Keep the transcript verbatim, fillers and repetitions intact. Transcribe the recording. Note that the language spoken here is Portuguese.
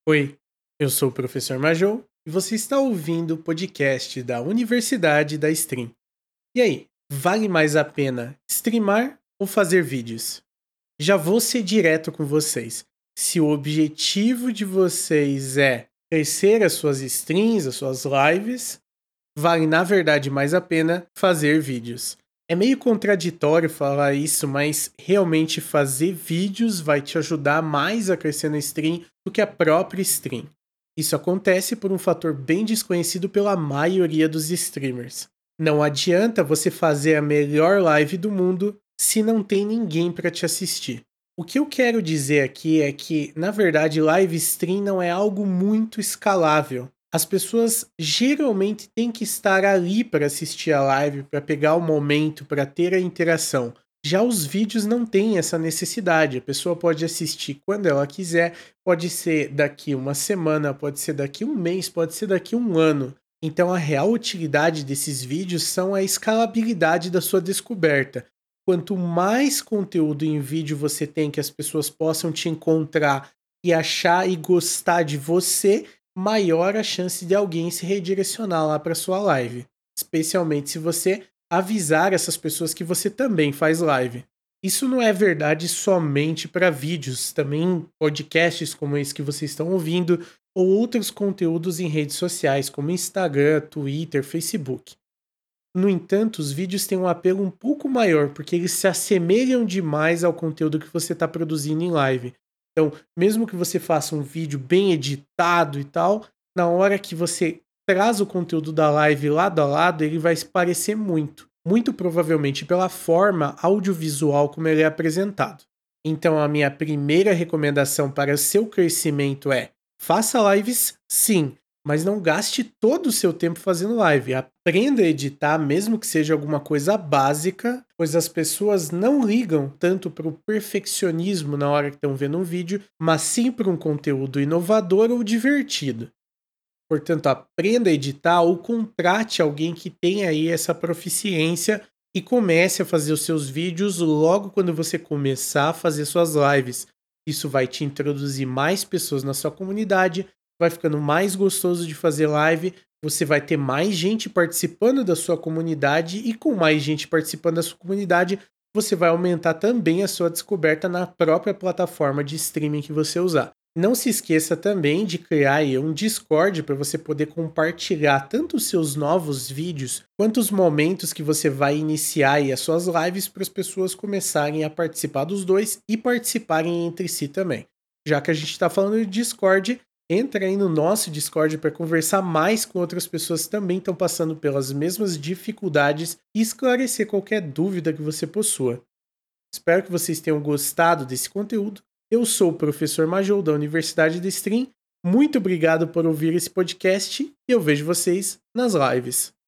Oi, eu sou o professor Majou e você está ouvindo o podcast da Universidade da Stream. E aí, vale mais a pena streamar ou fazer vídeos? Já vou ser direto com vocês. Se o objetivo de vocês é crescer as suas streams, as suas lives, vale na verdade mais a pena fazer vídeos. É meio contraditório falar isso, mas realmente fazer vídeos vai te ajudar mais a crescer na stream do que a própria stream. Isso acontece por um fator bem desconhecido pela maioria dos streamers. Não adianta você fazer a melhor live do mundo se não tem ninguém para te assistir. O que eu quero dizer aqui é que, na verdade, live stream não é algo muito escalável. As pessoas geralmente têm que estar ali para assistir a live, para pegar o momento, para ter a interação. Já os vídeos não têm essa necessidade. A pessoa pode assistir quando ela quiser, pode ser daqui uma semana, pode ser daqui um mês, pode ser daqui um ano. Então a real utilidade desses vídeos são a escalabilidade da sua descoberta. Quanto mais conteúdo em vídeo você tem que as pessoas possam te encontrar e achar e gostar de você, maior a chance de alguém se redirecionar lá para sua live. Especialmente se você avisar essas pessoas que você também faz live. Isso não é verdade somente para vídeos, também podcasts como esse que vocês estão ouvindo, ou outros conteúdos em redes sociais como Instagram, Twitter, Facebook. No entanto, os vídeos têm um apelo um pouco maior, porque eles se assemelham demais ao conteúdo que você está produzindo em live. Então, mesmo que você faça um vídeo bem editado e tal, na hora que você traz o conteúdo da live lado a lado, ele vai se parecer muito. Muito provavelmente pela forma audiovisual como ele é apresentado. Então, a minha primeira recomendação para o seu crescimento é: faça lives, sim, mas não gaste todo o seu tempo fazendo live. Aprenda a editar, mesmo que seja alguma coisa básica, pois as pessoas não ligam tanto para o perfeccionismo na hora que estão vendo um vídeo, mas sim para um conteúdo inovador ou divertido. Portanto, aprenda a editar ou contrate alguém que tenha aí essa proficiência e comece a fazer os seus vídeos logo quando você começar a fazer suas lives. Isso vai te introduzir mais pessoas na sua comunidade, vai ficando mais gostoso de fazer live, você vai ter mais gente participando da sua comunidade e com mais gente participando da sua comunidade, você vai aumentar também a sua descoberta na própria plataforma de streaming que você usar. Não se esqueça também de criar aí um Discord para você poder compartilhar tanto os seus novos vídeos quanto os momentos que você vai iniciar aí as suas lives para as pessoas começarem a participar dos dois e participarem entre si também. Já que a gente está falando de Discord, entra aí no nosso Discord para conversar mais com outras pessoas que também estão passando pelas mesmas dificuldades e esclarecer qualquer dúvida que você possua. Espero que vocês tenham gostado desse conteúdo. Eu sou o professor Majou da Universidade da Stream. Muito obrigado por ouvir esse podcast e eu vejo vocês nas lives.